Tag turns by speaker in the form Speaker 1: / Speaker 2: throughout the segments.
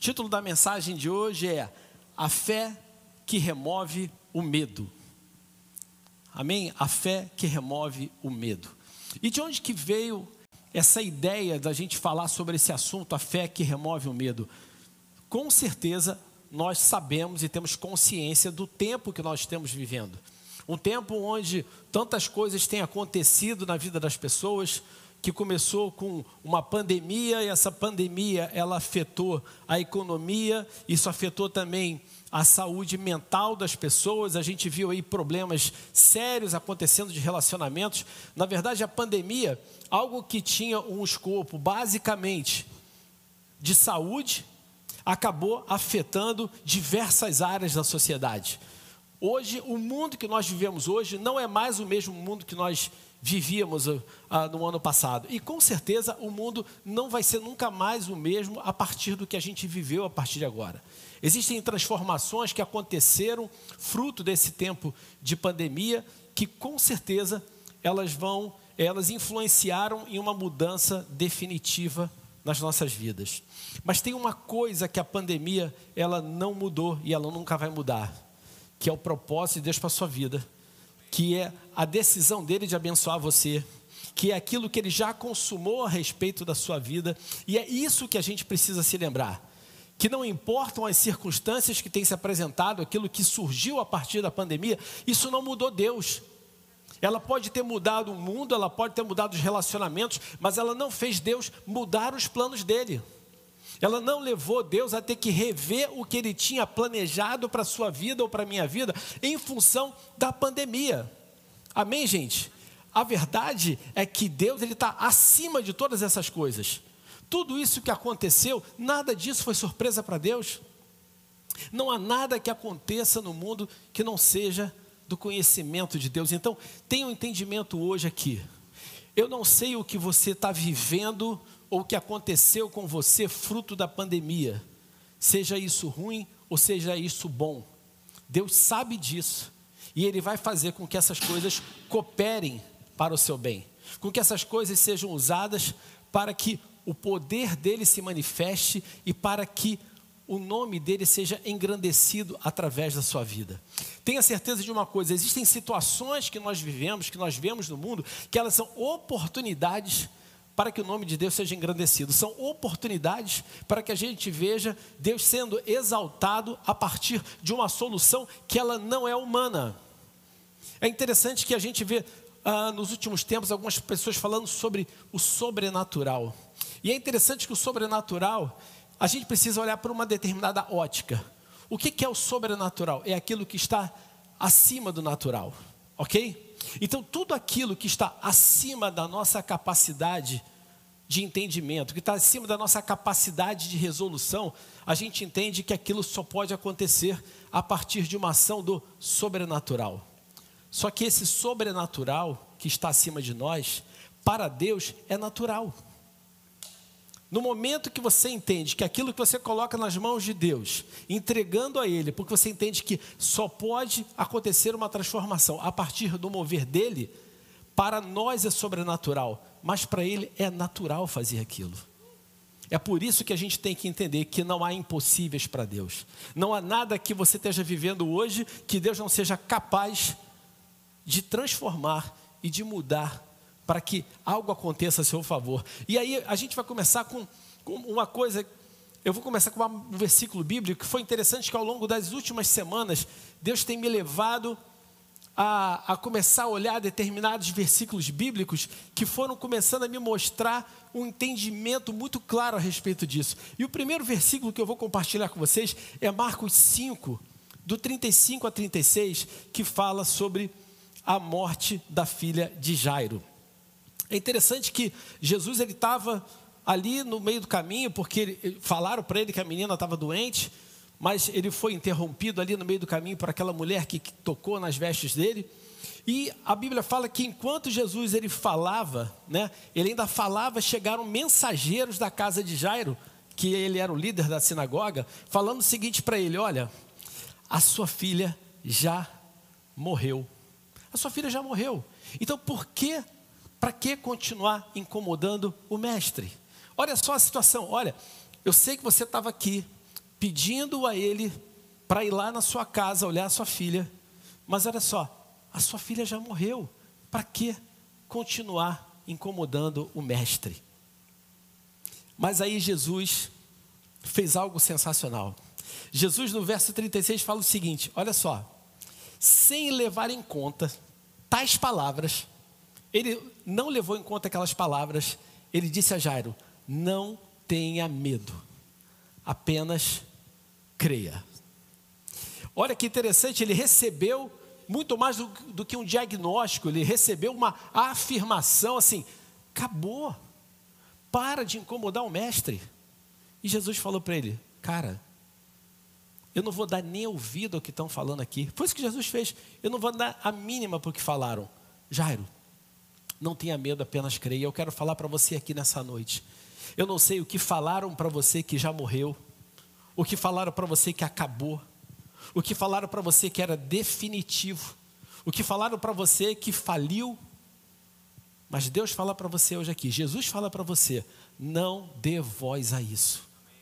Speaker 1: título da mensagem de hoje é A Fé que Remove o Medo. Amém? A fé que remove o medo. E de onde que veio essa ideia da gente falar sobre esse assunto, a fé que remove o medo? Com certeza nós sabemos e temos consciência do tempo que nós estamos vivendo. Um tempo onde tantas coisas têm acontecido na vida das pessoas, que começou com uma pandemia, e essa pandemia ela afetou a economia, isso afetou também a saúde mental das pessoas. A gente viu aí problemas sérios acontecendo de relacionamentos. Na verdade, a pandemia, algo que tinha um escopo basicamente de saúde, acabou afetando diversas áreas da sociedade. Hoje, o mundo que nós vivemos hoje não é mais o mesmo mundo que nós vivíamos no ano passado. E com certeza o mundo não vai ser nunca mais o mesmo a partir do que a gente viveu a partir de agora. Existem transformações que aconteceram fruto desse tempo de pandemia, que com certeza elas influenciaram em uma mudança definitiva nas nossas vidas. Mas tem uma coisa que a pandemia ela não mudou e ela nunca vai mudar, que é o propósito de Deus para a sua vida, que é a decisão dele de abençoar você, que é aquilo que ele já consumou a respeito da sua vida. E é isso que a gente precisa se lembrar, que não importam as circunstâncias que têm se apresentado, aquilo que surgiu a partir da pandemia, isso não mudou Deus. Ela pode ter mudado o mundo, ela pode ter mudado os relacionamentos, mas ela não fez Deus mudar os planos dele. Ela não levou Deus a ter que rever o que ele tinha planejado para a sua vida ou para a minha vida em função da pandemia. Amém, gente? A verdade é que Deus está acima de todas essas coisas. Tudo isso que aconteceu, nada disso foi surpresa para Deus. Não há nada que aconteça no mundo que não seja do conhecimento de Deus. Então, tenha um entendimento hoje aqui. Eu não sei o que você está vivendo ou o que aconteceu com você fruto da pandemia, seja isso ruim ou seja isso bom. Deus sabe disso e Ele vai fazer com que essas coisas cooperem para o seu bem, com que essas coisas sejam usadas para que o poder dEle se manifeste e para que o nome dEle seja engrandecido através da sua vida. Tenha certeza de uma coisa: existem situações que nós vivemos, que nós vemos no mundo, que elas são oportunidades para que o nome de Deus seja engrandecido. São oportunidades para que a gente veja Deus sendo exaltado a partir de uma solução que ela não é humana. É interessante que a gente vê nos últimos tempos algumas pessoas falando sobre o sobrenatural. E é interessante que o sobrenatural, a gente precisa olhar por uma determinada ótica. O que é o sobrenatural? É aquilo que está acima do natural, ok? Então, tudo aquilo que está acima da nossa capacidade de entendimento, que está acima da nossa capacidade de resolução, a gente entende que aquilo só pode acontecer a partir de uma ação do sobrenatural. Só que esse sobrenatural que está acima de nós, para Deus é natural. No momento que você entende que aquilo que você coloca nas mãos de Deus, entregando a Ele, porque você entende que só pode acontecer uma transformação a partir do mover dEle, para nós é sobrenatural, mas para Ele é natural fazer aquilo. É por isso que a gente tem que entender que não há impossíveis para Deus. Não há nada que você esteja vivendo hoje que Deus não seja capaz de transformar e de mudar para que algo aconteça a seu favor. E aí a gente vai começar com uma coisa. Eu vou começar com um versículo bíblico que foi interessante, que ao longo das últimas semanas Deus tem me levado a começar a olhar determinados versículos bíblicos que foram começando a me mostrar um entendimento muito claro a respeito disso. E o primeiro versículo que eu vou compartilhar com vocês é Marcos 5, do 35 a 36, que fala sobre a morte da filha de Jairo. É interessante que Jesus ele estava ali no meio do caminho, porque falaram para ele que a menina estava doente, mas ele foi interrompido ali no meio do caminho por aquela mulher que tocou nas vestes dele. E a Bíblia fala que enquanto Jesus ele falava, ele ainda falava, chegaram mensageiros da casa de Jairo, que ele era o líder da sinagoga, falando o seguinte para ele: olha, a sua filha já morreu. A sua filha já morreu. Então para que continuar incomodando o mestre? Olha só a situação. Olha, eu sei que você estava aqui, pedindo a ele para ir lá na sua casa olhar a sua filha. Mas olha só, a sua filha já morreu. Para que continuar incomodando o mestre? Mas aí Jesus fez algo sensacional. Jesus no verso 36 fala o seguinte, olha só. Sem levar em conta tais palavras, ele não levou em conta aquelas palavras, ele disse a Jairo, não tenha medo, apenas creia. Olha que interessante, ele recebeu muito mais do que um diagnóstico, ele recebeu uma afirmação assim, acabou, para de incomodar o mestre. E Jesus falou para ele, cara, eu não vou dar nem ouvido ao que estão falando aqui. Foi isso que Jesus fez, eu não vou dar a mínima para o que falaram. Jairo, não tenha medo, apenas creia. Eu quero falar para você aqui nessa noite. Eu não sei o que falaram para você que já morreu, o que falaram para você que acabou, o que falaram para você que era definitivo, o que falaram para você que faliu. Mas Deus fala para você hoje aqui, Jesus fala para você, não dê voz a isso.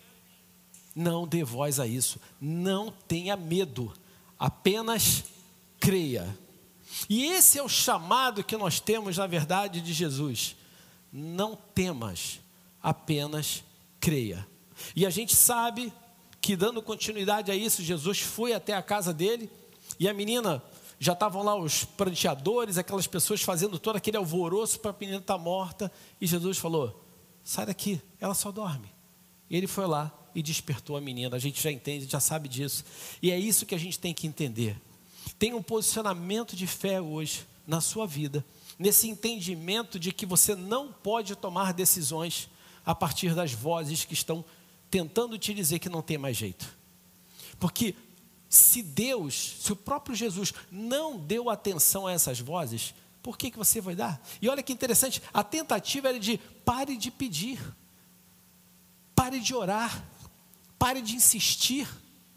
Speaker 1: Não dê voz a isso, não tenha medo, apenas creia. E esse é o chamado que nós temos na verdade de Jesus. Não temas, apenas creia. E a gente sabe que dando continuidade a isso, Jesus foi até a casa dele e a menina, já estavam lá os pranteadores, aquelas pessoas fazendo todo aquele alvoroço para a menina estar morta. E Jesus falou, sai daqui, ela só dorme. E ele foi lá e despertou a menina, a gente já entende, já sabe disso. E é isso que a gente tem que entender. Tem um posicionamento de fé hoje na sua vida, nesse entendimento de que você não pode tomar decisões a partir das vozes que estão tentando te dizer que não tem mais jeito. Porque se Deus, se o próprio Jesus não deu atenção a essas vozes, por que você vai dar? E olha que interessante, a tentativa era de pare de pedir, pare de orar, pare de insistir.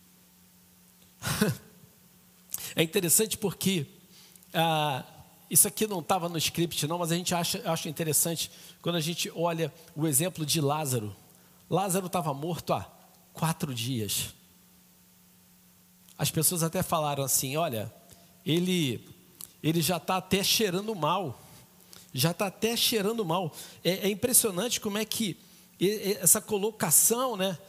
Speaker 1: É interessante porque isso aqui não estava no script não, mas a gente acha interessante quando a gente olha o exemplo de Lázaro. Lázaro estava morto há 4 dias. As pessoas até falaram assim, olha, ele já está até cheirando mal. Já está até cheirando mal. É impressionante como é que essa colocação, né?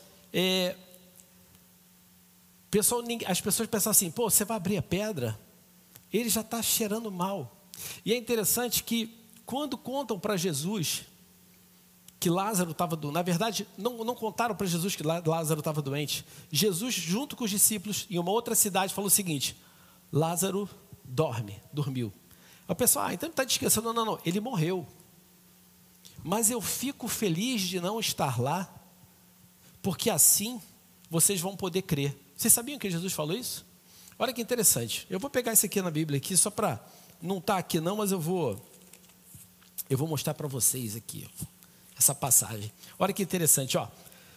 Speaker 1: As pessoas pensam assim, pô, você vai abrir a pedra? Ele já está cheirando mal. E é interessante que quando contam para Jesus que Lázaro estava doente, na verdade não contaram para Jesus que Lázaro estava doente. Jesus junto com os discípulos em uma outra cidade falou o seguinte, Lázaro dormiu. O pessoal, então ele está descansando. Não, ele morreu. Mas eu fico feliz de não estar lá, porque assim vocês vão poder crer. Vocês sabiam que Jesus falou isso? Olha que interessante. Eu vou pegar isso aqui na Bíblia aqui, só para não estar aqui não, mas eu vou mostrar para vocês aqui essa passagem. Olha que interessante, ó.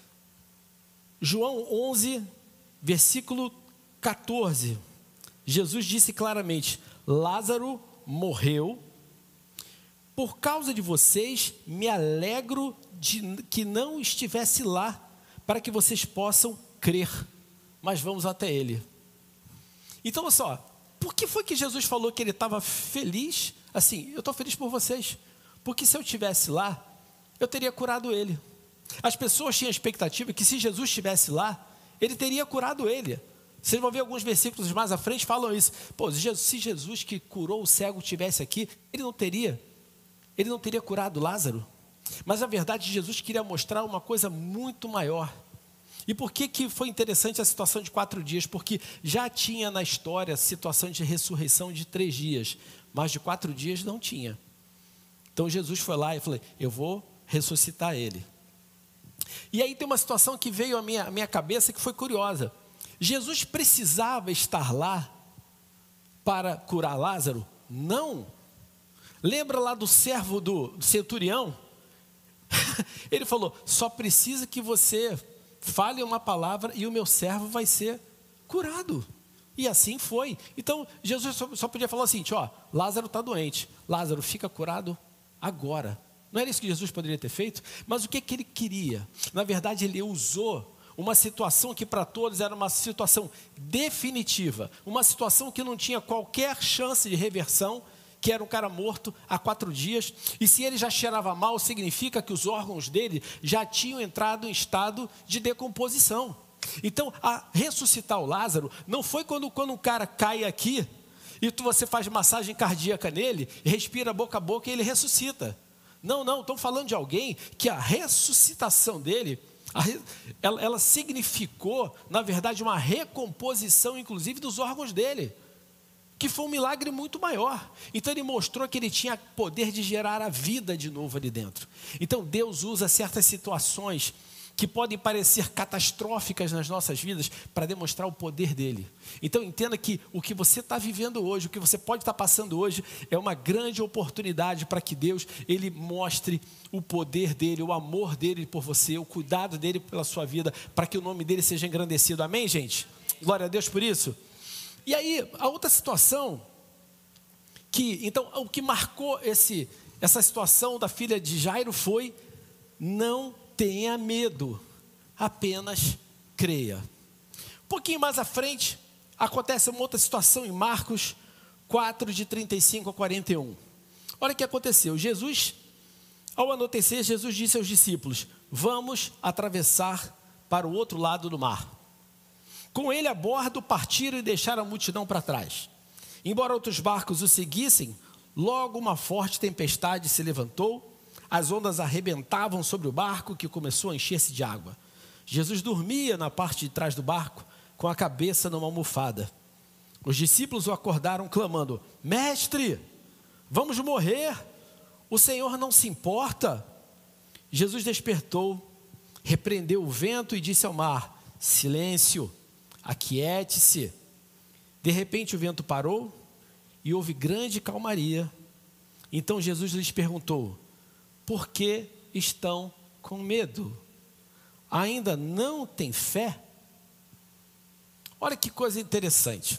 Speaker 1: João 11, versículo 14. Jesus disse claramente, Lázaro morreu. Por causa de vocês, me alegro de que não estivesse lá, para que vocês possam crer. Mas vamos até ele. Então, olha só, por que foi que Jesus falou que ele estava feliz? Assim, eu estou feliz por vocês, porque se eu estivesse lá, eu teria curado ele. As pessoas tinham a expectativa que se Jesus estivesse lá, ele teria curado ele. Vocês vão ver alguns versículos mais à frente, falam isso. Pô, se Jesus que curou o cego estivesse aqui, ele não teria curado Lázaro. Mas a verdade, Jesus queria mostrar uma coisa muito maior. E por que foi interessante a situação de 4 dias? Porque já tinha na história a situação de ressurreição de 3 dias, mas de 4 dias não tinha. Então Jesus foi lá e falou, eu vou ressuscitar ele. E aí tem uma situação que veio à minha cabeça que foi curiosa. Jesus precisava estar lá para curar Lázaro? Não. Lembra lá do servo do centurião? Ele falou, só precisa que você fale uma palavra e o meu servo vai ser curado. E assim foi. Então Jesus só podia falar assim, ó, Lázaro está doente, Lázaro fica curado agora. Não era isso que Jesus poderia ter feito? Mas o que ele queria? Na verdade ele usou uma situação que para todos era uma situação definitiva, uma situação que não tinha qualquer chance de reversão, que era um cara morto há 4 dias, e se ele já cheirava mal, significa que os órgãos dele já tinham entrado em estado de decomposição. Então, a ressuscitar o Lázaro não foi quando um cara cai aqui, e você faz massagem cardíaca nele, respira boca a boca e ele ressuscita. Não, estão falando de alguém que a ressuscitação dele, ela significou, na verdade, uma recomposição, inclusive, dos órgãos dele, que foi um milagre muito maior. Então ele mostrou que ele tinha poder de gerar a vida de novo ali dentro. Então Deus usa certas situações que podem parecer catastróficas nas nossas vidas para demonstrar o poder dele. Então entenda que o que você está vivendo hoje, o que você pode estar passando hoje, é uma grande oportunidade para que Deus, ele mostre o poder dele, o amor dele por você, o cuidado dele pela sua vida, para que o nome dele seja engrandecido. Amém, gente? Glória a Deus por isso. E aí, a outra situação, então, o que marcou essa situação da filha de Jairo foi: não tenha medo, apenas creia. Um pouquinho mais à frente, acontece uma outra situação em Marcos 4, de 35 a 41. Olha o que aconteceu. Ao anoitecer, Jesus disse aos discípulos: vamos atravessar para o outro lado do mar. Com ele a bordo, partiram e deixaram a multidão para trás. Embora outros barcos o seguissem, logo uma forte tempestade se levantou, as ondas arrebentavam sobre o barco, que começou a encher-se de água. Jesus dormia na parte de trás do barco, com a cabeça numa almofada. Os discípulos o acordaram clamando: mestre, vamos morrer, o Senhor não se importa? Jesus despertou, repreendeu o vento e disse ao mar: silêncio, aquiete-se. De repente o vento parou e houve grande calmaria. Então Jesus lhes perguntou: por que estão com medo? Ainda não têm fé? Olha que coisa interessante.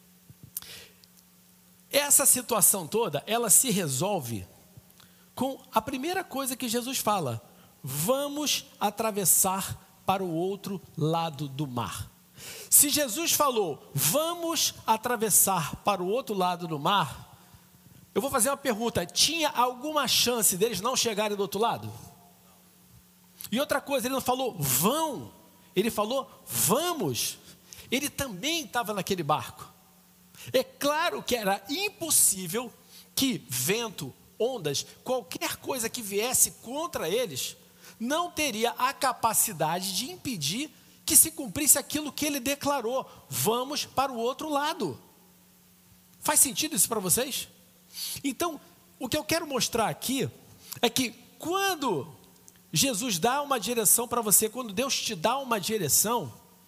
Speaker 1: Essa situação toda, ela se resolve com a primeira coisa que Jesus fala: vamos atravessar para o outro lado do mar. Se Jesus falou: vamos atravessar para o outro lado do mar, eu vou fazer uma pergunta: tinha alguma chance deles não chegarem do outro lado? E outra coisa, ele não falou vão, ele falou vamos. Ele também estava naquele barco. É claro que era impossível que vento, ondas, qualquer coisa que viesse contra eles, não teria a capacidade de impedir que se cumprisse aquilo que ele declarou: vamos para o outro lado. Faz sentido isso para vocês? Então, o que eu quero mostrar aqui é que quando Jesus dá uma direção para você, quando Deus te dá uma direção,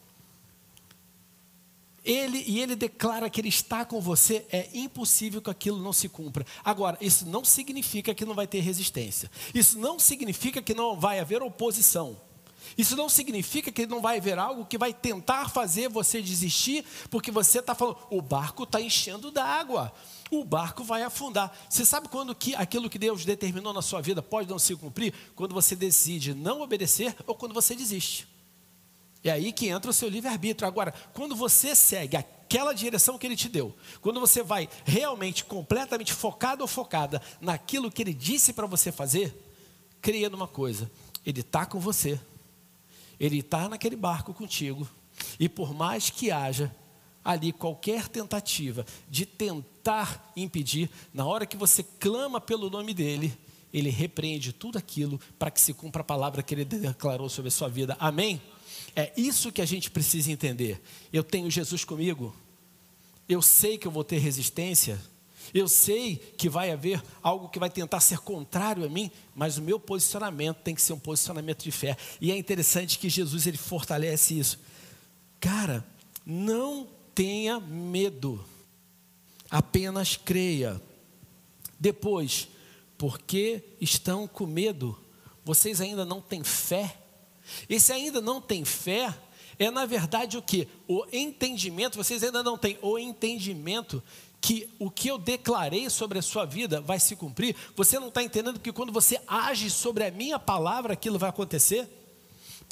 Speaker 1: Ele declara que Ele está com você, é impossível que aquilo não se cumpra. Agora, isso não significa que não vai ter resistência. Isso não significa que não vai haver oposição. Isso não significa que não vai haver algo que vai tentar fazer você desistir, porque você está falando: o barco está enchendo d'água, o barco vai afundar. Você sabe quando aquilo que Deus determinou na sua vida pode não se cumprir? Quando você decide não obedecer ou quando você desiste. É aí que entra o seu livre-arbítrio. Agora, quando você segue aquela direção que Ele te deu, quando você vai realmente completamente focado ou focada naquilo que Ele disse para você fazer, creia numa coisa: Ele está com você. Ele está naquele barco contigo, e por mais que haja ali qualquer tentativa de tentar impedir, na hora que você clama pelo nome dEle, Ele repreende tudo aquilo para que se cumpra a palavra que Ele declarou sobre a sua vida. Amém? É isso que a gente precisa entender. Eu tenho Jesus comigo, eu sei que eu vou ter resistência, eu sei que vai haver algo que vai tentar ser contrário a mim, mas o meu posicionamento tem que ser um posicionamento de fé. E é interessante que Jesus, ele fortalece isso. Cara, não tenha medo, apenas creia. Depois, porque estão com medo? Vocês ainda não têm fé? Esse ainda não tem fé é, na verdade, o que? O entendimento. Vocês ainda não têm o entendimento que o que eu declarei sobre a sua vida vai se cumprir. Você não está entendendo que quando você age sobre a minha palavra, aquilo vai acontecer?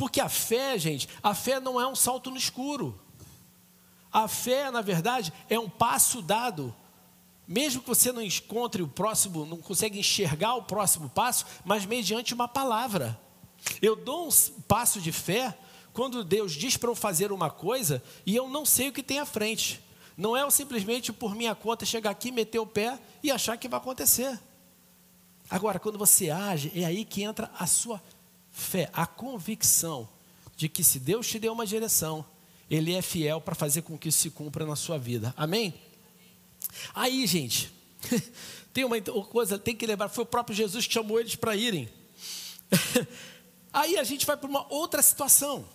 Speaker 1: Porque a fé, gente, a fé não é um salto no escuro. A fé, na verdade, é um passo dado. Mesmo que você não encontre o próximo, não consegue enxergar o próximo passo, mas mediante uma palavra. Eu dou um passo de fé quando Deus diz para eu fazer uma coisa e eu não sei o que tem à frente. Não é eu simplesmente por minha conta chegar aqui, meter o pé e achar que vai acontecer. Agora, quando você age, é aí que entra a sua fé, a convicção de que se Deus te deu uma direção, Ele é fiel para fazer com que isso se cumpra na sua vida. Amém? Aí, gente, tem uma coisa, tem que lembrar, foi o próprio Jesus que chamou eles para irem. Aí a gente vai para uma outra situação.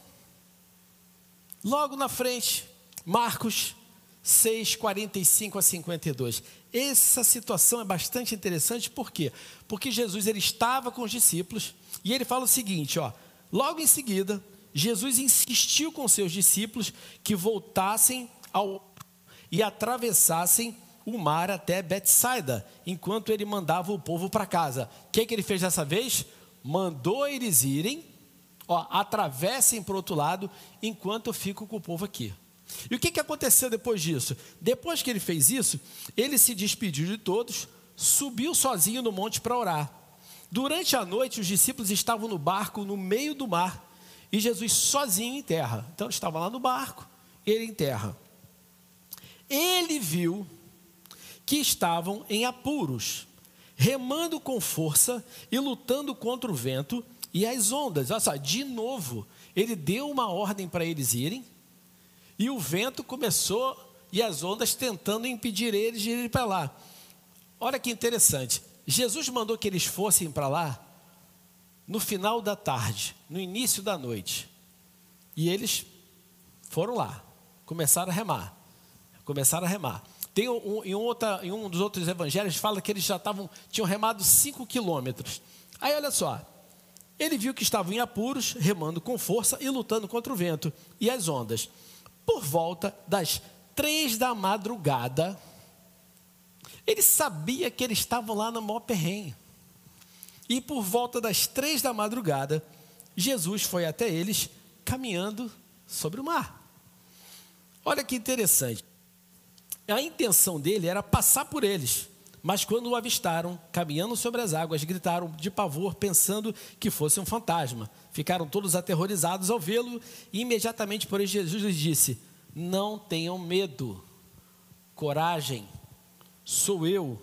Speaker 1: Logo na frente, Marcos 6, 45 a 52. Essa situação é bastante interessante, por quê? Porque Jesus ele estava com os discípulos e ele fala o seguinte, ó, logo em seguida, Jesus insistiu com seus discípulos que voltassem e atravessassem o mar até Betsaida, enquanto ele mandava o povo para casa. O que ele fez dessa vez? Mandou eles irem, ó, atravessem para o outro lado, enquanto eu fico com o povo aqui. E o que aconteceu depois disso? Depois que ele fez isso, ele se despediu de todos, subiu sozinho no monte para orar. Durante a noite, os discípulos estavam no barco, no meio do mar, e Jesus sozinho em terra. Então, ele estava lá no barco, ele em terra. Ele viu que estavam em apuros, remando com força e lutando contra o vento e as ondas. Olha só, de novo, ele deu uma ordem para eles irem, e o vento começou, e as ondas tentando impedir eles de irem para lá. Olha que interessante, Jesus mandou que eles fossem para lá, no final da tarde, no início da noite, e eles foram lá, começaram a remar. Tem em um dos outros evangelhos, fala que eles tinham remado 5 quilômetros. Aí olha só, ele viu que estavam em apuros, remando com força e lutando contra o vento e as ondas. Por volta das 3 da madrugada, ele sabia que eles estavam lá no maior perrengue. E por volta das 3 da madrugada, Jesus foi até eles caminhando sobre o mar. Olha que interessante. A intenção dele era passar por eles, mas quando o avistaram, caminhando sobre as águas, gritaram de pavor, pensando que fosse um fantasma. Ficaram todos aterrorizados ao vê-lo, e imediatamente, porém, Jesus lhes disse: não tenham medo, coragem, sou eu.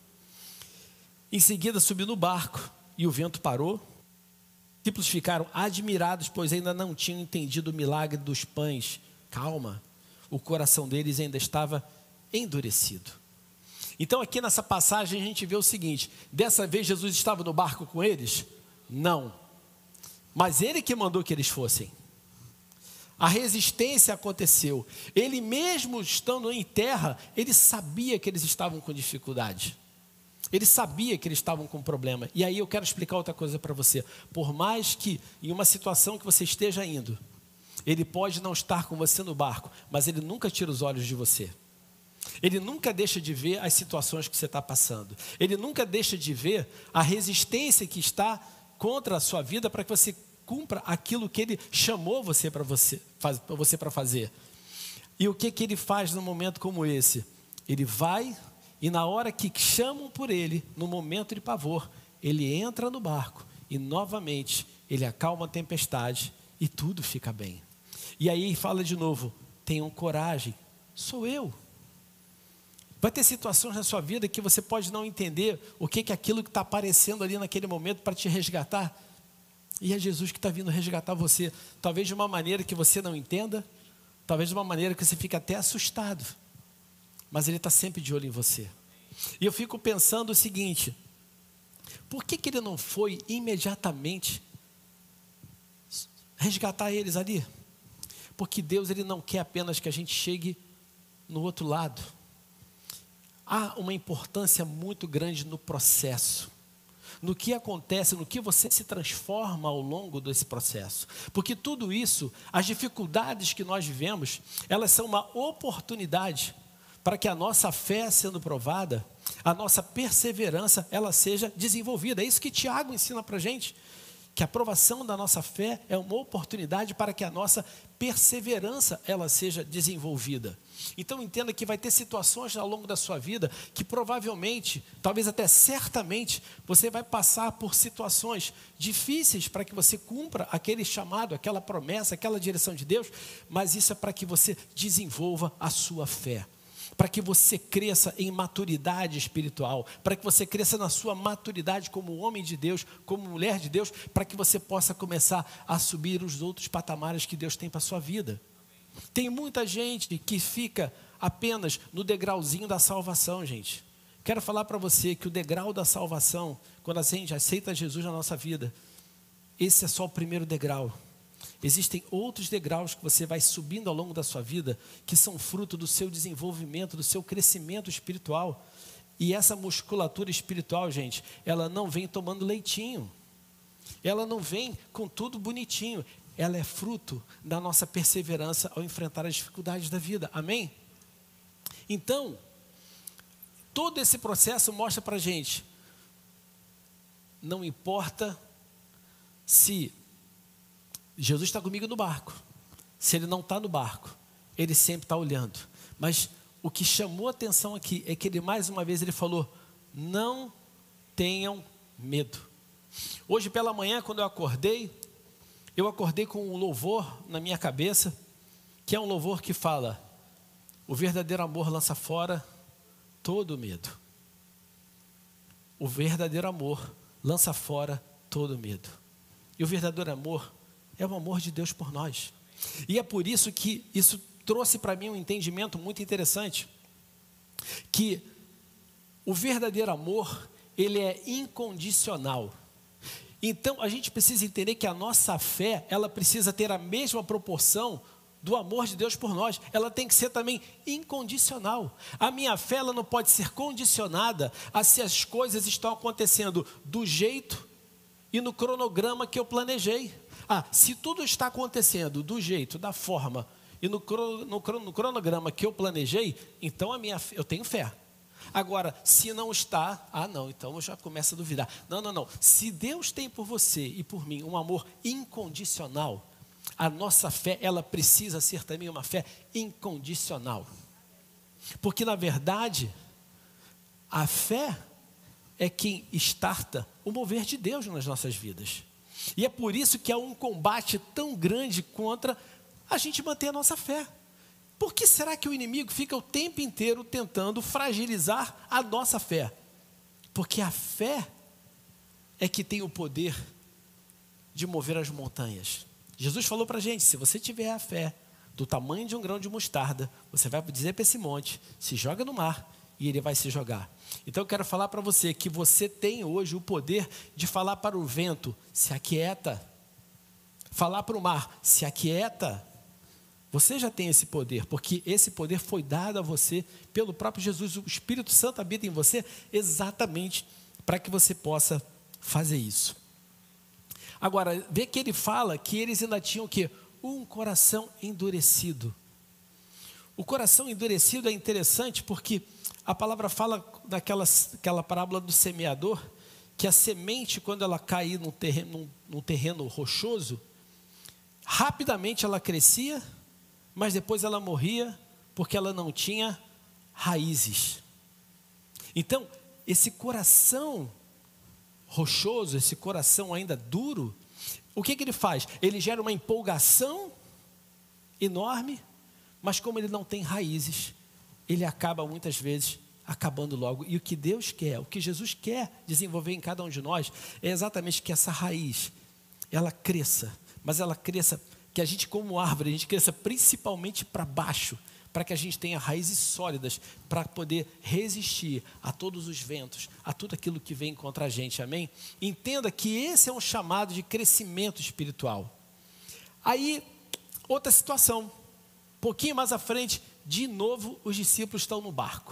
Speaker 1: Em seguida subiu no barco, e o vento parou. Os discípulos ficaram admirados, pois ainda não tinham entendido o milagre dos pães. Calma, o coração deles ainda estava endurecido. Então aqui nessa passagem a gente vê o seguinte: dessa vez Jesus estava no barco com eles? Não, mas ele que mandou que eles fossem. A resistência aconteceu. Ele mesmo estando em terra, ele sabia que eles estavam com dificuldade. Ele sabia que eles estavam com problema. E aí eu quero explicar outra coisa para você. Por mais que em uma situação que você esteja indo, ele pode não estar com você no barco, mas ele nunca tira os olhos de você. Ele nunca deixa de ver as situações que você está passando. Ele nunca deixa de ver a resistência que está contra a sua vida para que você cumpra aquilo que ele chamou você para fazer. E o que ele faz num momento como esse? Ele vai e na hora que chamam por ele, no momento de pavor, ele entra no barco e novamente ele acalma a tempestade e tudo fica bem. E aí fala de novo: tenham coragem, sou eu. Vai ter situações na sua vida que você pode não entender o que é aquilo que está aparecendo ali naquele momento para te resgatar. E é Jesus que está vindo resgatar você. Talvez de uma maneira que você não entenda, talvez de uma maneira que você fique até assustado. Mas Ele está sempre de olho em você. E eu fico pensando o seguinte: por que Ele não foi imediatamente resgatar eles ali? Porque Deus Ele não quer apenas que a gente chegue no outro lado. Há uma importância muito grande no processo, no que acontece, no que você se transforma ao longo desse processo. Porque tudo isso, as dificuldades que nós vivemos, elas são uma oportunidade para que a nossa fé sendo provada, a nossa perseverança, ela seja desenvolvida. É isso que Tiago ensina para a gente, que a provação da nossa fé é uma oportunidade para que a nossa perseverança ela seja desenvolvida. Então entenda que vai ter situações ao longo da sua vida que provavelmente, talvez até certamente, você vai passar por situações difíceis para que você cumpra aquele chamado, aquela promessa, aquela direção de Deus, mas isso é para que você desenvolva a sua fé, para que você cresça em maturidade espiritual, para que você cresça na sua maturidade como homem de Deus, como mulher de Deus, para que você possa começar a subir os outros patamares que Deus tem para a sua vida. Tem muita gente que fica apenas no degrauzinho da salvação, gente. Quero falar para você que o degrau da salvação, quando a gente aceita Jesus na nossa vida, esse é só o primeiro degrau. Existem outros degraus que você vai subindo ao longo da sua vida, que são fruto do seu desenvolvimento, do seu crescimento espiritual. E essa musculatura espiritual, gente, ela não vem tomando leitinho. Ela não vem com tudo bonitinho. Ela é fruto da nossa perseverança ao enfrentar as dificuldades da vida. Amém? Então, todo esse processo mostra para a gente, não importa se Jesus está comigo no barco, se Ele não está no barco, Ele sempre está olhando. Mas o que chamou a atenção aqui é que Ele, mais uma vez, Ele falou, não tenham medo. Hoje pela manhã, quando eu acordei com um louvor na minha cabeça, que é um louvor que fala, o verdadeiro amor lança fora todo medo. O verdadeiro amor lança fora todo medo. E o verdadeiro amor é o amor de Deus por nós. E é por isso que isso trouxe para mim um entendimento muito interessante, que o verdadeiro amor, ele é incondicional. Então, a gente precisa entender que a nossa fé, ela precisa ter a mesma proporção do amor de Deus por nós. Ela tem que ser também incondicional. A minha fé, ela não pode ser condicionada a se as coisas estão acontecendo do jeito e no cronograma que eu planejei. Se tudo está acontecendo do jeito, da forma e no cronograma que eu planejei, então eu tenho fé. Agora, se não está, então eu já começo a duvidar. Não. Se Deus tem por você e por mim um amor incondicional, a nossa fé, ela precisa ser também uma fé incondicional. Porque, na verdade, a fé é quem starta o mover de Deus nas nossas vidas. E é por isso que há um combate tão grande contra a gente manter a nossa fé. Por que será que o inimigo fica o tempo inteiro tentando fragilizar a nossa fé? Porque a fé é que tem o poder de mover as montanhas. Jesus falou para a gente, se você tiver a fé do tamanho de um grão de mostarda, você vai dizer para esse monte, se joga no mar, e ele vai se jogar. Então eu quero falar para você que você tem hoje o poder de falar para o vento, se aquieta. Falar para o mar, se aquieta. Você já tem esse poder, porque esse poder foi dado a você pelo próprio Jesus. O Espírito Santo habita em você exatamente para que você possa fazer isso. Agora, vê que ele fala que eles ainda tinham o quê? Um coração endurecido. O coração endurecido é interessante porque a palavra fala daquela parábola do semeador, que a semente, quando ela cai num terreno rochoso, rapidamente ela crescia, mas depois ela morria porque ela não tinha raízes. Então, esse coração rochoso, esse coração ainda duro, o que ele faz? Ele gera uma empolgação enorme, mas como ele não tem raízes, ele acaba muitas vezes acabando logo. E o que Deus quer, o que Jesus quer desenvolver em cada um de nós, é exatamente que essa raiz, ela cresça, mas ela cresça, que a gente como árvore, a gente cresça principalmente para baixo, para que a gente tenha raízes sólidas, para poder resistir a todos os ventos, a tudo aquilo que vem contra a gente, amém? Entenda que esse é um chamado de crescimento espiritual. Aí, outra situação, um pouquinho mais à frente, de novo os discípulos estão no barco.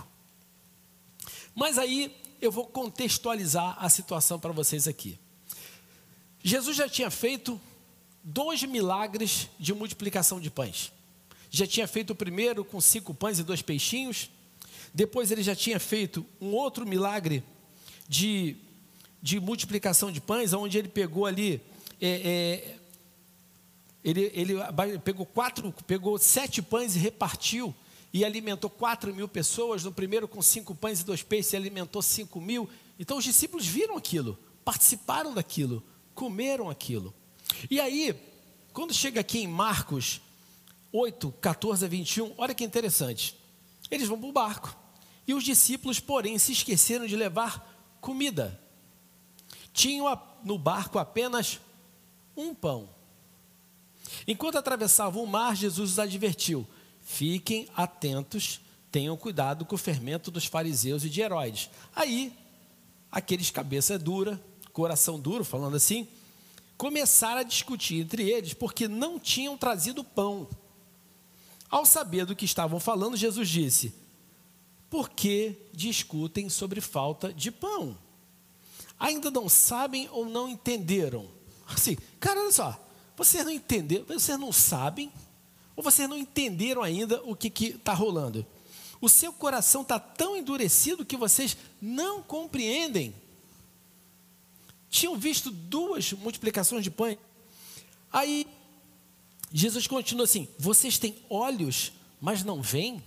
Speaker 1: Mas aí eu vou contextualizar a situação para vocês aqui. Jesus já tinha feito 2 milagres de multiplicação de pães. Já tinha feito o primeiro com 5 pães e 2 peixinhos. Depois ele já tinha feito um outro milagre de multiplicação de pães, onde ele pegou ali ele pegou 7 pães e repartiu, e alimentou 4.000 pessoas, no primeiro com 5 pães e 2 peixes, e alimentou 5.000. Então os discípulos viram aquilo, participaram daquilo, comeram aquilo. E aí, quando chega aqui em Marcos 8, 14 a 21, olha que interessante. Eles vão para o barco, e os discípulos, porém, se esqueceram de levar comida. Tinham no barco apenas um pão. Enquanto atravessavam o mar, Jesus os advertiu: fiquem atentos, tenham cuidado com o fermento dos fariseus e de Herodes. Aí, aqueles cabeça dura, coração duro, falando assim, começaram a discutir entre eles, porque não tinham trazido pão. Ao saber do que estavam falando, Jesus disse: por que discutem sobre falta de pão? Ainda não sabem ou não entenderam? Assim, cara, olha só, vocês não entenderam, vocês não sabem, ou vocês não entenderam ainda o que está rolando? O seu coração está tão endurecido que vocês não compreendem. Tinham visto 2 multiplicações de pães. Aí, Jesus continua assim: vocês têm olhos, mas não veem?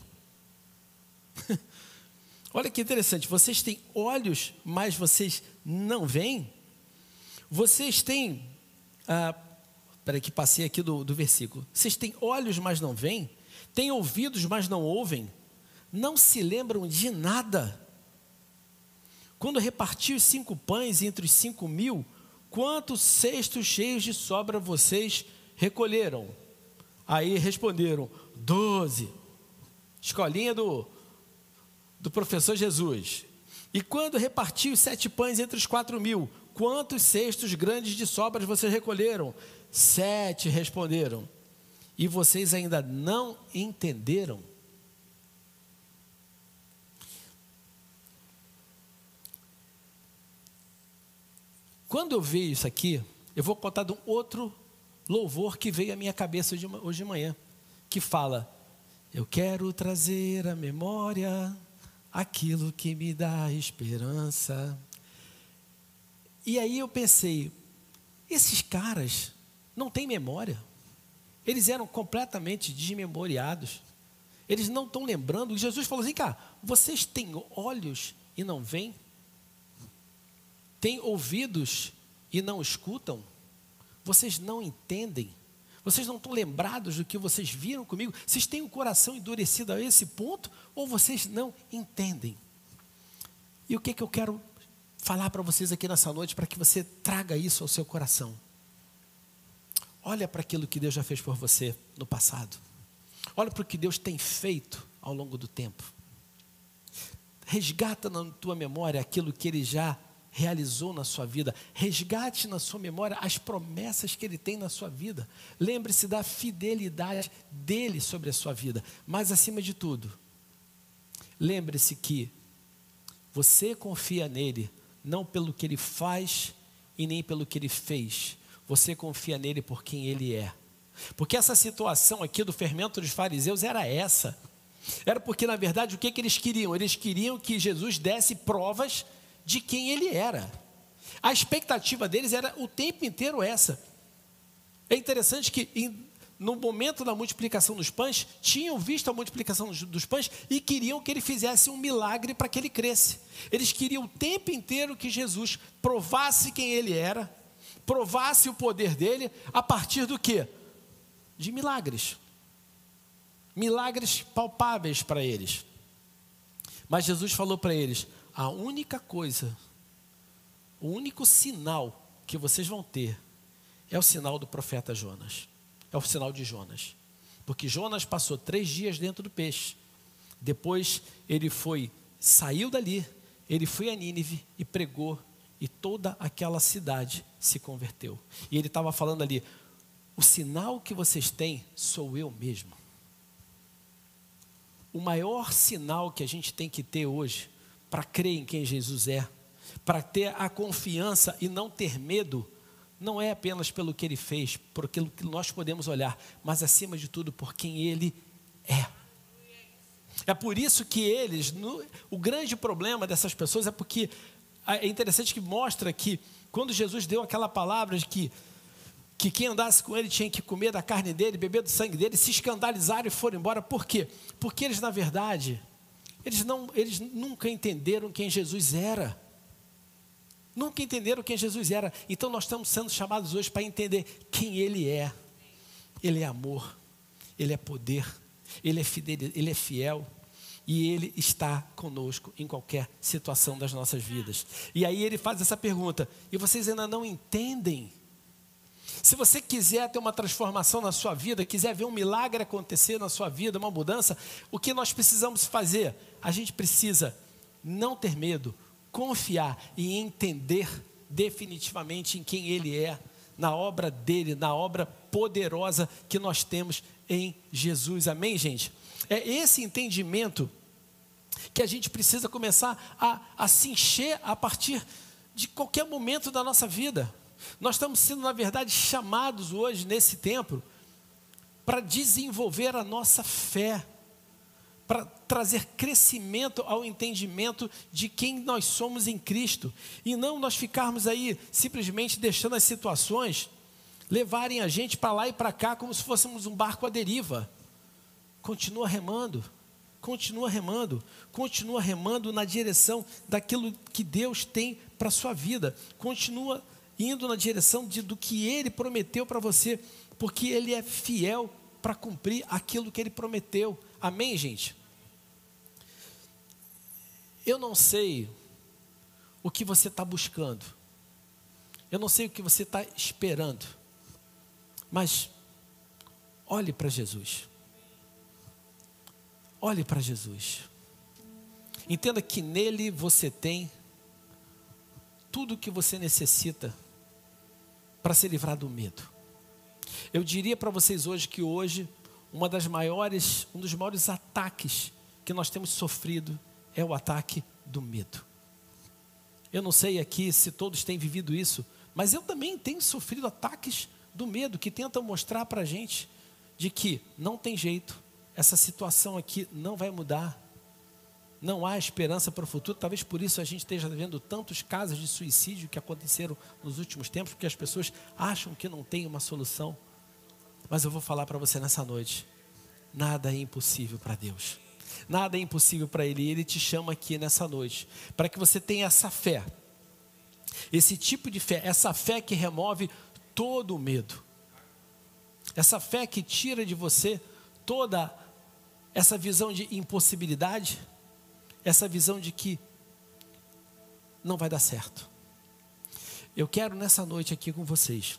Speaker 1: Olha que interessante, vocês têm olhos, mas vocês não veem? Vocês têm, peraí que passei aqui do versículo. Vocês têm olhos, mas não veem? Têm ouvidos, mas não ouvem? Não se lembram de nada? Quando repartiu os 5 pães entre os 5.000, quantos cestos cheios de sobra vocês recolheram? Aí responderam: 12. Escolinha do professor Jesus. E quando repartiu os 7 pães entre os 4.000, quantos cestos grandes de sobras vocês recolheram? 7, responderam. E vocês ainda não entenderam? Quando eu vejo isso aqui, eu vou contar de um outro louvor que veio à minha cabeça hoje de manhã, que fala: eu quero trazer à memória aquilo que me dá esperança. E aí eu pensei, esses caras não têm memória, eles eram completamente desmemoriados, eles não estão lembrando. Jesus falou assim: cara, vocês têm olhos e não veem? Têm ouvidos e não escutam? Vocês não entendem? Vocês não estão lembrados do que vocês viram comigo? Vocês têm o coração endurecido a esse ponto? Ou vocês não entendem? E o que eu quero falar para vocês aqui nessa noite, para que você traga isso ao seu coração? Olha para aquilo que Deus já fez por você no passado. Olha para o que Deus tem feito ao longo do tempo. Resgata na tua memória aquilo que Ele já realizou na sua vida. Resgate na sua memória as promessas que Ele tem na sua vida. Lembre-se da fidelidade dEle sobre a sua vida. Mas acima de tudo, lembre-se que você confia nele, não pelo que Ele faz e nem pelo que Ele fez. Você confia nele por quem Ele é. Porque essa situação aqui do fermento dos fariseus era essa. Era porque, na verdade, o que eles queriam? Eles queriam que Jesus desse provas de quem Ele era. A expectativa deles era o tempo inteiro essa. É interessante que no momento da multiplicação dos pães, tinham visto a multiplicação dos pães e queriam que Ele fizesse um milagre para que Ele cresce. Eles queriam o tempo inteiro que Jesus provasse quem Ele era, provasse o poder dEle, a partir do quê? De milagres. Milagres palpáveis para eles. Mas Jesus falou para eles: a única coisa, o único sinal que vocês vão ter é o sinal do profeta Jonas. É o sinal de Jonas. Porque Jonas passou 3 dias dentro do peixe. Depois ele saiu dali, ele foi a Nínive e pregou, e toda aquela cidade se converteu. E ele estava falando ali: o sinal que vocês têm sou eu mesmo. O maior sinal que a gente tem que ter hoje, para crer em quem Jesus é, para ter a confiança e não ter medo, não é apenas pelo que Ele fez, por aquilo que nós podemos olhar, mas acima de tudo por quem Ele é. É por isso que o grande problema dessas pessoas é porque, é interessante que mostra que quando Jesus deu aquela palavra de que que quem andasse com ele tinha que comer da carne dele, beber do sangue dele, se escandalizaram e foram embora. Por quê? Porque eles, na verdade, eles nunca entenderam quem Jesus era. Nunca entenderam quem Jesus era. Então nós estamos sendo chamados hoje para entender quem Ele é. Ele é amor, Ele é poder, Ele é fiel. E Ele está conosco em qualquer situação das nossas vidas. E aí Ele faz essa pergunta: e vocês ainda não entendem? Se você quiser ter uma transformação na sua vida, quiser ver um milagre acontecer na sua vida, uma mudança, o que nós precisamos fazer? A gente precisa não ter medo, confiar e entender definitivamente em quem Ele é, na obra dEle, na obra poderosa que nós temos em Jesus. Amém, gente? É esse entendimento que a gente precisa começar a se encher a partir de qualquer momento da nossa vida. Nós estamos sendo, na verdade, chamados hoje, nesse tempo, para desenvolver a nossa fé, para trazer crescimento ao entendimento de quem nós somos em Cristo. E não nós ficarmos aí simplesmente deixando as situações levarem a gente para lá e para cá como se fôssemos um barco à deriva. Continua remando, continua remando, continua remando na direção daquilo que Deus tem para a sua vida. Continua indo na direção do que Ele prometeu para você, porque Ele é fiel para cumprir aquilo que Ele prometeu. Amém, gente? Eu não sei o que você está buscando, eu não sei o que você está esperando, mas olhe para Jesus. Olhe para Jesus. Entenda que nele você tem tudo o que você necessita para se livrar do medo. Eu diria para vocês hoje que hoje um dos maiores ataques que nós temos sofrido é o ataque do medo. Eu não sei aqui se todos têm vivido isso, mas eu também tenho sofrido ataques do medo que tentam mostrar para a gente de que não tem jeito, essa situação aqui não vai mudar, não há esperança para o futuro. Talvez por isso a gente esteja vendo tantos casos de suicídio que aconteceram nos últimos tempos, porque as pessoas acham que não tem uma solução. Mas eu vou falar para você nessa noite: nada é impossível para Deus, nada é impossível para Ele. E Ele te chama aqui nessa noite para que você tenha essa fé, esse tipo de fé, essa fé que remove todo o medo, essa fé que tira de você toda essa visão de impossibilidade, essa visão de que não vai dar certo. Eu quero nessa noite aqui com vocês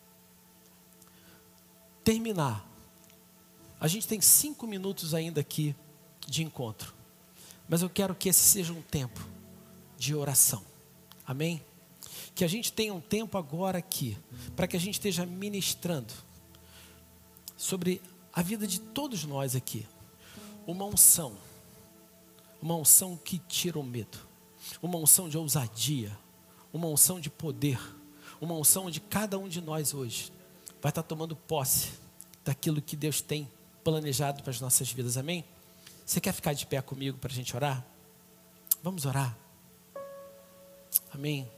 Speaker 1: terminar. A gente tem 5 minutos ainda aqui de encontro, mas eu quero que esse seja um tempo de oração. Amém? Que a gente tenha um tempo agora aqui para que a gente esteja ministrando sobre a vida de todos nós aqui. Uma unção que tira o medo, uma unção de ousadia, uma unção de poder, uma unção onde cada um de nós hoje vai estar tomando posse daquilo que Deus tem planejado para as nossas vidas. Amém? Você quer ficar de pé comigo para a gente orar? Vamos orar. Amém.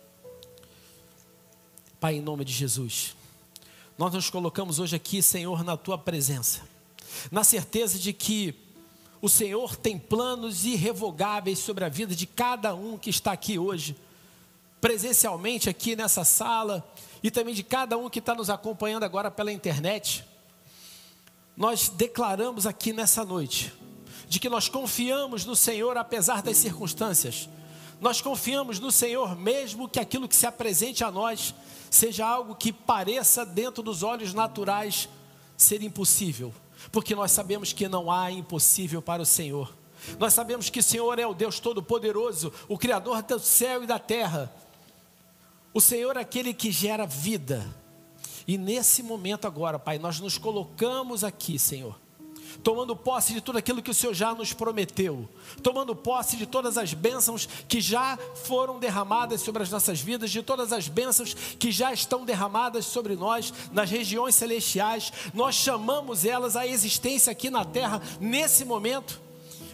Speaker 1: Pai, em nome de Jesus, nós nos colocamos hoje aqui, Senhor, na Tua presença, na certeza de que o Senhor tem planos irrevogáveis sobre a vida de cada um que está aqui hoje, presencialmente aqui nessa sala, e também de cada um que está nos acompanhando agora pela internet. Nós declaramos aqui nessa noite, de que nós confiamos no Senhor apesar das circunstâncias. Nós confiamos no Senhor mesmo que aquilo que se apresente a nós seja algo que pareça dentro dos olhos naturais ser impossível. Porque nós sabemos que não há impossível para o Senhor. Nós sabemos que o Senhor é o Deus Todo-Poderoso, o Criador do céu e da terra. O Senhor é aquele que gera vida. E nesse momento agora, Pai, nós nos colocamos aqui, Senhor, tomando posse de tudo aquilo que o Senhor já nos prometeu, tomando posse de todas as bênçãos que já foram derramadas sobre as nossas vidas, de todas as bênçãos que já estão derramadas sobre nós nas regiões celestiais. Nós chamamos elas à existência aqui na terra nesse momento,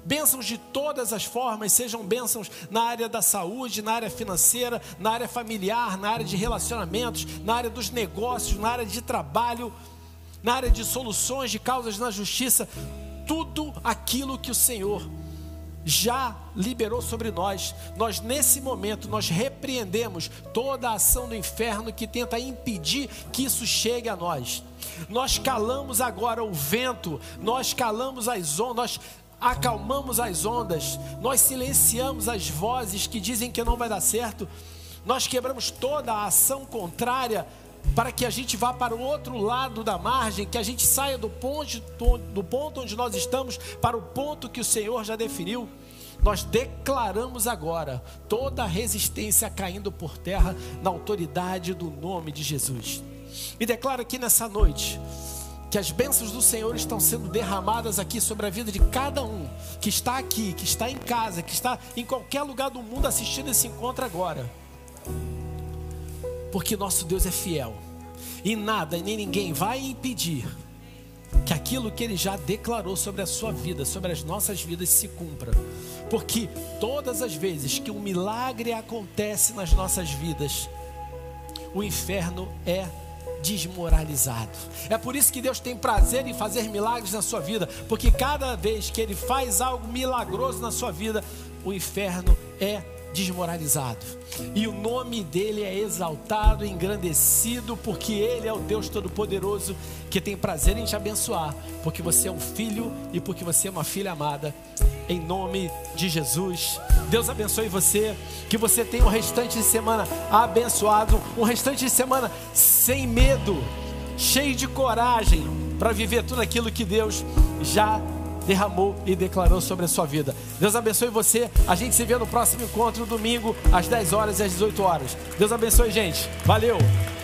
Speaker 1: bênçãos de todas as formas, sejam bênçãos na área da saúde, na área financeira, na área familiar, na área de relacionamentos, na área dos negócios, na área de trabalho, na área de soluções de causas na justiça, tudo aquilo que o Senhor já liberou sobre nós. Nós nesse momento, nós repreendemos toda a ação do inferno que tenta impedir que isso chegue a nós. Nós calamos agora o vento, nós calamos as ondas, nós acalmamos as ondas, nós silenciamos as vozes que dizem que não vai dar certo, nós quebramos toda a ação contrária para que a gente vá para o outro lado da margem, que a gente saia do ponto onde nós estamos para o ponto que o Senhor já definiu. Nós declaramos agora toda a resistência caindo por terra na autoridade do nome de Jesus. E declaro aqui nessa noite que as bênçãos do Senhor estão sendo derramadas aqui sobre a vida de cada um que está aqui, que está em casa, que está em qualquer lugar do mundo assistindo esse encontro agora. Porque nosso Deus é fiel e nada e nem ninguém vai impedir que aquilo que Ele já declarou sobre a sua vida, sobre as nossas vidas se cumpra. Porque todas as vezes que um milagre acontece nas nossas vidas, o inferno é desmoralizado. É por isso que Deus tem prazer em fazer milagres na sua vida, porque cada vez que Ele faz algo milagroso na sua vida, o inferno é desmoralizado e o nome dele é exaltado e engrandecido, porque Ele é o Deus Todo-Poderoso que tem prazer em te abençoar, porque você é um filho e porque você é uma filha amada, em nome de Jesus. Deus abençoe você, que você tenha um restante de semana abençoado, um restante de semana sem medo, cheio de coragem para viver tudo aquilo que Deus já derramou e declarou sobre a sua vida. Deus abençoe você. A gente se vê no próximo encontro, domingo, às 10 horas e às 18 horas. Deus abençoe, gente. Valeu!